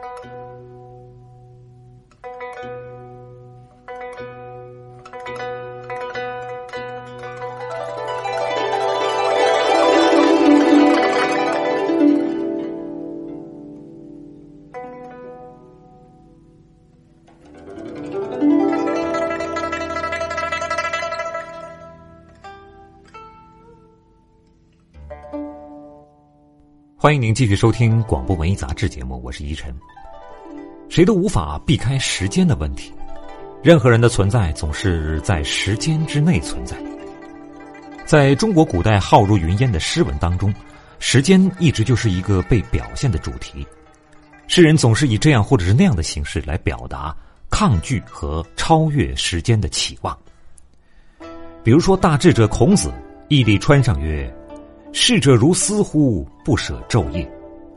欢迎您继续收听广播文艺杂志节目，我是依晨。谁都无法避开时间的问题，任何人的存在总是在时间之内存在。在中国古代浩如云烟的诗文当中，时间一直就是一个被表现的主题。诗人总是以这样或者是那样的形式来表达抗拒和超越时间的期望。比如说大智者孔子义立川上曰：逝者如斯乎，不舍昼夜。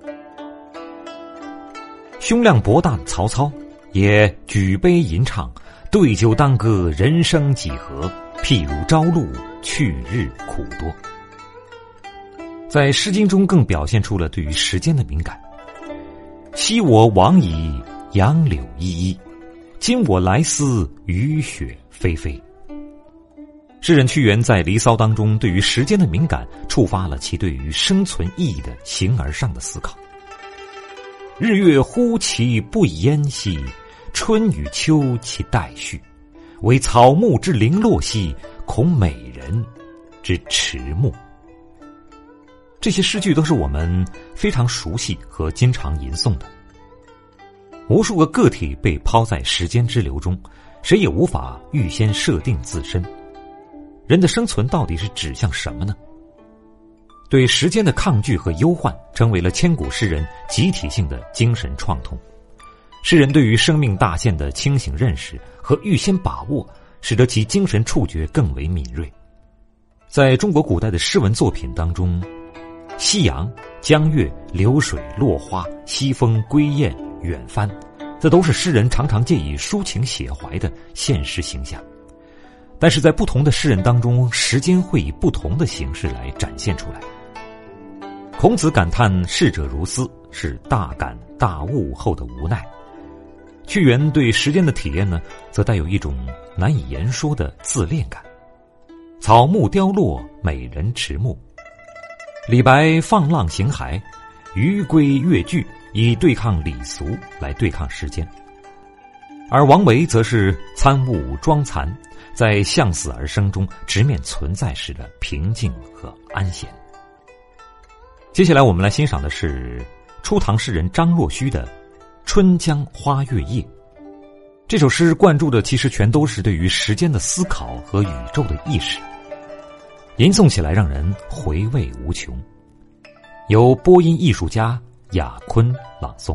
胸量博大的曹操也举杯吟唱，对酒当歌，人生几何，譬如朝露，去日苦多。在《诗经》中更表现出了对于时间的敏感。昔我往矣，杨柳依依，今我来思，雨雪霏霏。诗人屈原在《离骚》当中对于时间的敏感，触发了其对于生存意义的形而上的思考。日月忽其不以焉兮，春与秋其代序，惟草木之零落兮，恐美人之迟暮。这些诗句都是我们非常熟悉和经常吟诵的。无数个个体被抛在时间之流中，谁也无法预先设定自身。人的生存到底是指向什么呢？对时间的抗拒和忧患成为了千古诗人集体性的精神创痛。诗人对于生命大限的清醒认识和预先把握，使得其精神触觉更为敏锐。在中国古代的诗文作品当中，夕阳、江月、流水、落花、西风、归雁、远帆，这都是诗人常常借以抒情写怀的现实形象。但是在不同的诗人当中，时间会以不同的形式来展现出来。孔子感叹逝者如斯，是大感大悟后的无奈。屈原对时间的体验呢，则带有一种难以言说的自恋感。草木凋落，美人迟暮。李白放浪形骸，鱼归月聚，以对抗礼俗来对抗时间。而王维则是参悟庄残，在向死而生中直面存在时的平静和安闲。接下来我们来欣赏的是初唐诗人张若虚的《春江花月夜》。这首诗灌注的其实全都是对于时间的思考和宇宙的意识，吟诵起来让人回味无穷。由播音艺术家雅坤朗诵。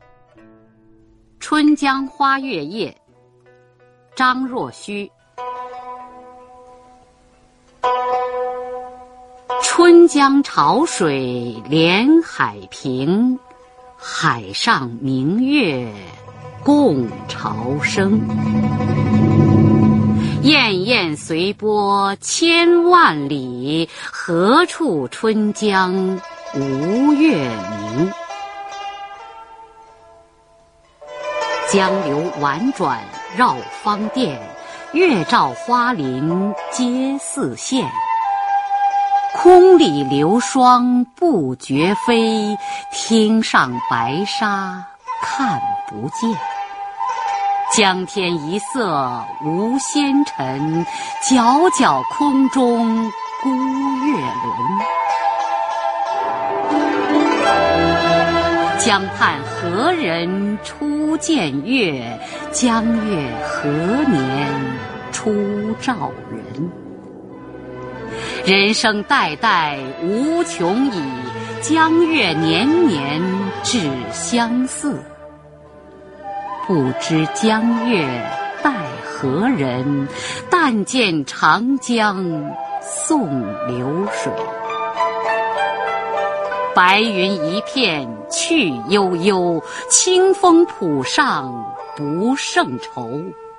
春江花月夜，张若虚。春江潮水连海平，海上明月共潮生。滟滟随波千万里，何处春江无月明。江流婉转绕芳甸，月照花林皆似霰。空里流霜不觉飞，汀上白沙看不见。江天一色无纤尘，皎皎空中孤月轮。江畔何人初见月？江月何年初照人？人生代代无穷已，江月年年只相似。不知江月待何人？但见长江送流水。白云一片去悠悠，清风浦上不胜愁。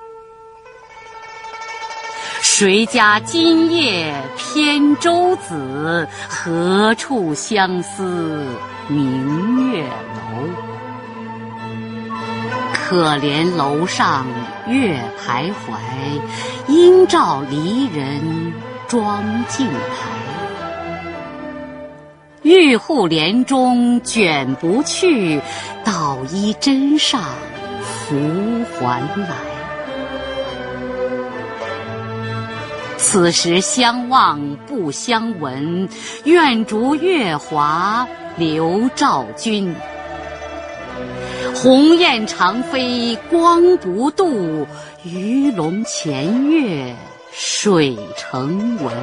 谁家今夜扁舟子？何处相思明月楼？ 可怜楼上月徘徊，应照离人妆镜台。玉户帘中卷不去，捣衣砧上拂还来。此时相望不相闻，愿逐月华流照君。鸿雁长飞光不度，鱼龙潜跃水成文。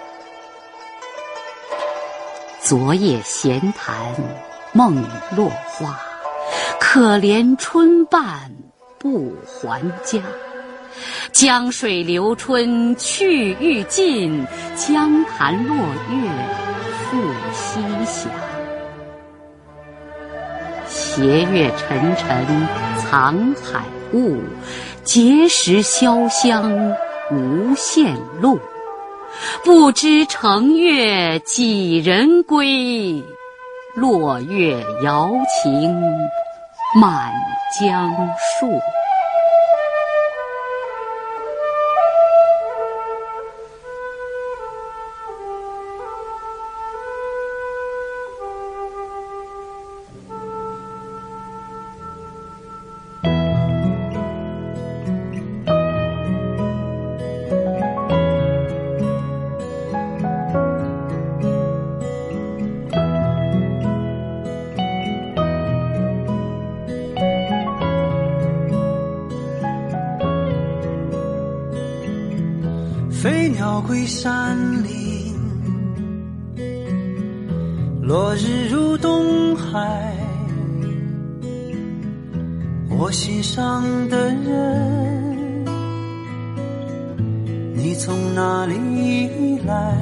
昨夜闲谈梦落花，可怜春半不还家。江水流春去欲尽，江潭落月复西斜。斜月沉沉藏海雾，碣石潇湘无限路。不知乘月几人归，落月摇情满江树。 飞鸟归山林，落日入东海。我心上的人，你从哪里来？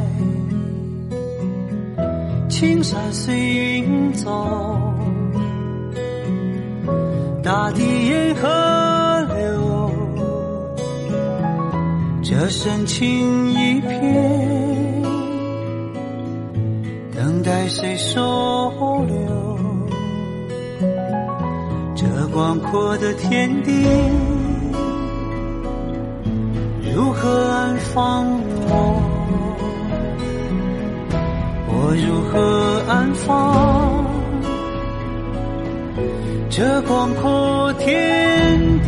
青山随云走，大地沿河流，这深情一片，等待谁收留？这广阔的天地，如何安放我？我如何安放这广阔天地？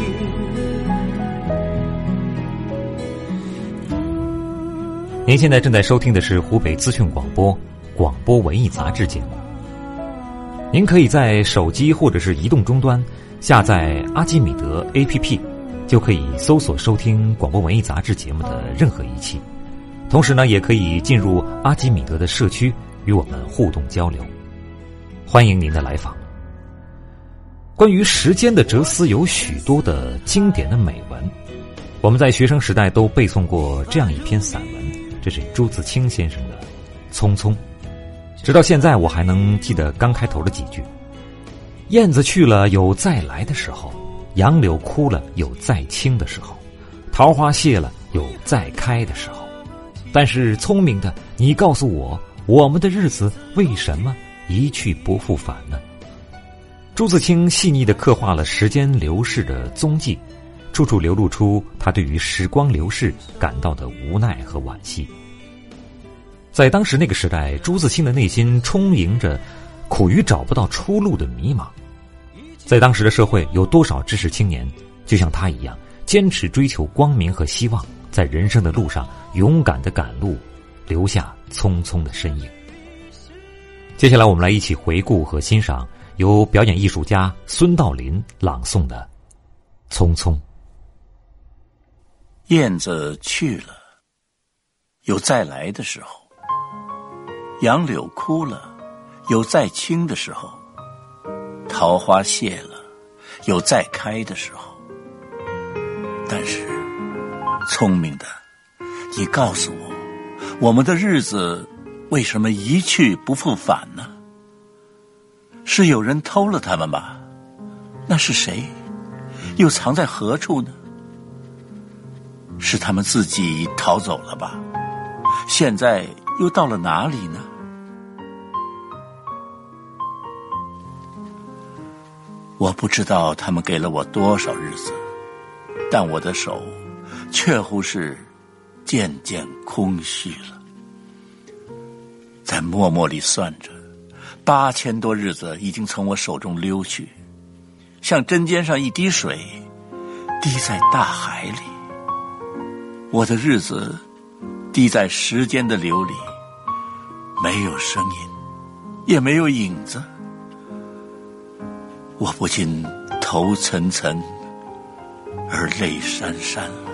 您现在正在收听的是湖北资讯广播广播文艺杂志节目。您可以在手机或者是移动终端下载阿基米德 APP， 就可以搜索收听广播文艺杂志节目的任何一期。同时呢，也可以进入阿基米德的社区与我们互动交流。欢迎您的来访。关于时间的哲思有许多的经典的美文，我们在学生时代都背诵过这样一篇散文，这是朱自清先生的《匆匆》。直到现在我还能记得刚开头的几句：燕子去了有再来的时候，杨柳枯了有再青的时候，桃花谢了有再开的时候。但是聪明的你告诉我，我们的日子为什么一去不复返呢？朱自清细腻地刻画了时间流逝的踪迹，处处流露出他对于时光流逝感到的无奈和惋惜。在当时那个时代，朱自清的内心充盈着苦于找不到出路的迷茫。在当时的社会，有多少知识青年就像他一样，坚持追求光明和希望，在人生的路上勇敢地赶路，留下匆匆的身影。接下来我们来一起回顾和欣赏由表演艺术家孙道临朗诵的《匆匆》。 燕子去了，有再来的时候；杨柳枯了，有再青的时候；桃花谢了，有再开的时候。但是，聪明的，你告诉我，我们的日子为什么一去不复返呢？是有人偷了他们吧？那是谁？又藏在何处呢？是他们自己逃走了吧？现在又到了哪里呢？ 我不知道他们给了我多少日子，但我的手确乎是渐渐空虚了。在默默里算着，8000多日子已经从我手中溜去，像针尖上一滴水，滴在大海里。我的日子滴在时间的流里，没有声音，也没有影子。我不禁头涔涔而泪潸潸了。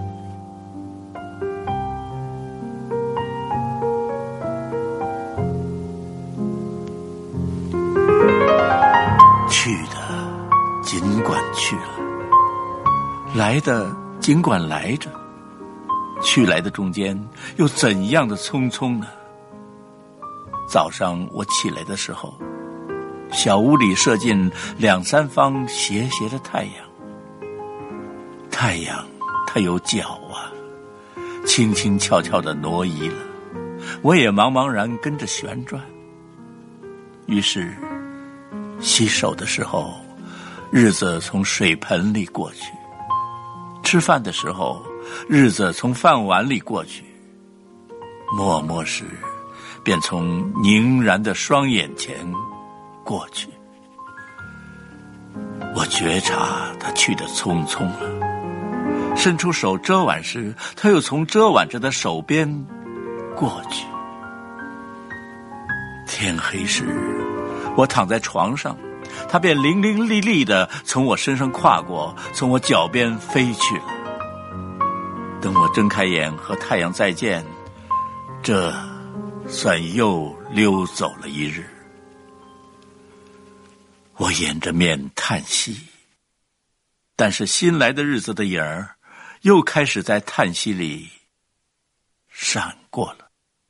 去的尽管去了，来的尽管来着，去来的中间又怎样的匆匆呢？早上我起来的时候，小屋里射进2、3方斜斜的太阳。太阳它有脚啊，轻轻悄悄地挪移了，我也茫茫然跟着旋转。于是洗手的时候，日子从水盆里过去；吃饭的时候，日子从饭碗里过去；默默时，便从凝然的双眼前过去。我觉察他去得匆匆了，伸出手遮挽时，他又从遮挽着的手边过去。天黑时，我躺在床上，他便伶伶俐俐地从我身上跨过，从我脚边飞去了。等我睁开眼和太阳再见，这算又溜走了一日。我掩着面叹息，但是新来的日子的影儿又开始在叹息里闪过了。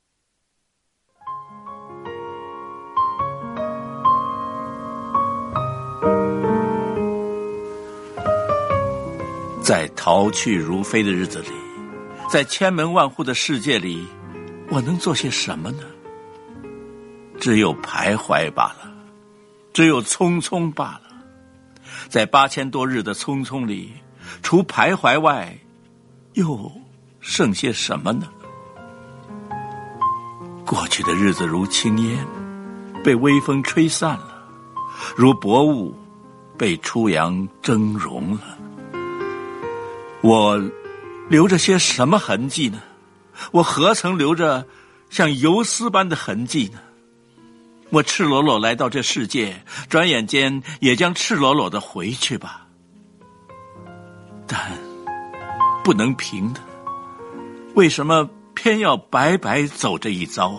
在逃去如飞的日子里，在千门万户的世界里，我能做些什么呢？只有徘徊罢了，只有匆匆罢了。在8000多日的匆匆里，除徘徊外，又剩些什么呢？过去的日子如轻烟，被微风吹散了；如薄雾，被初阳蒸融了。我留着些什么痕迹呢？我何曾留着像游丝般的痕迹呢？我赤裸裸来到这世界，转眼间也将赤裸裸地回去吧。但不能平的，为什么偏要白白走这一遭啊？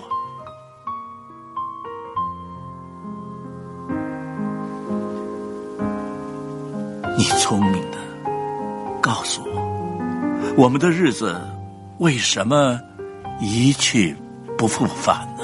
你聪明的告诉我，我们的日子为什么一去不复返呢？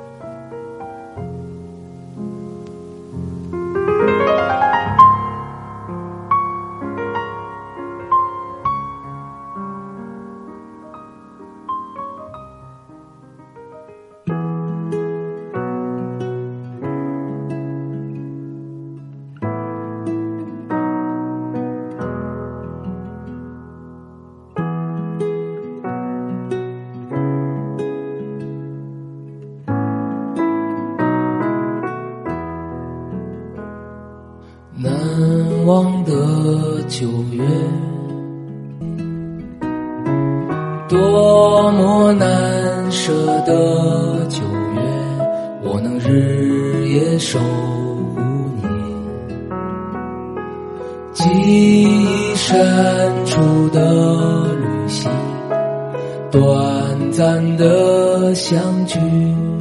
难忘的9月，多么难舍的9月，我能日夜守护你。记忆深处的旅行，短暂的相聚。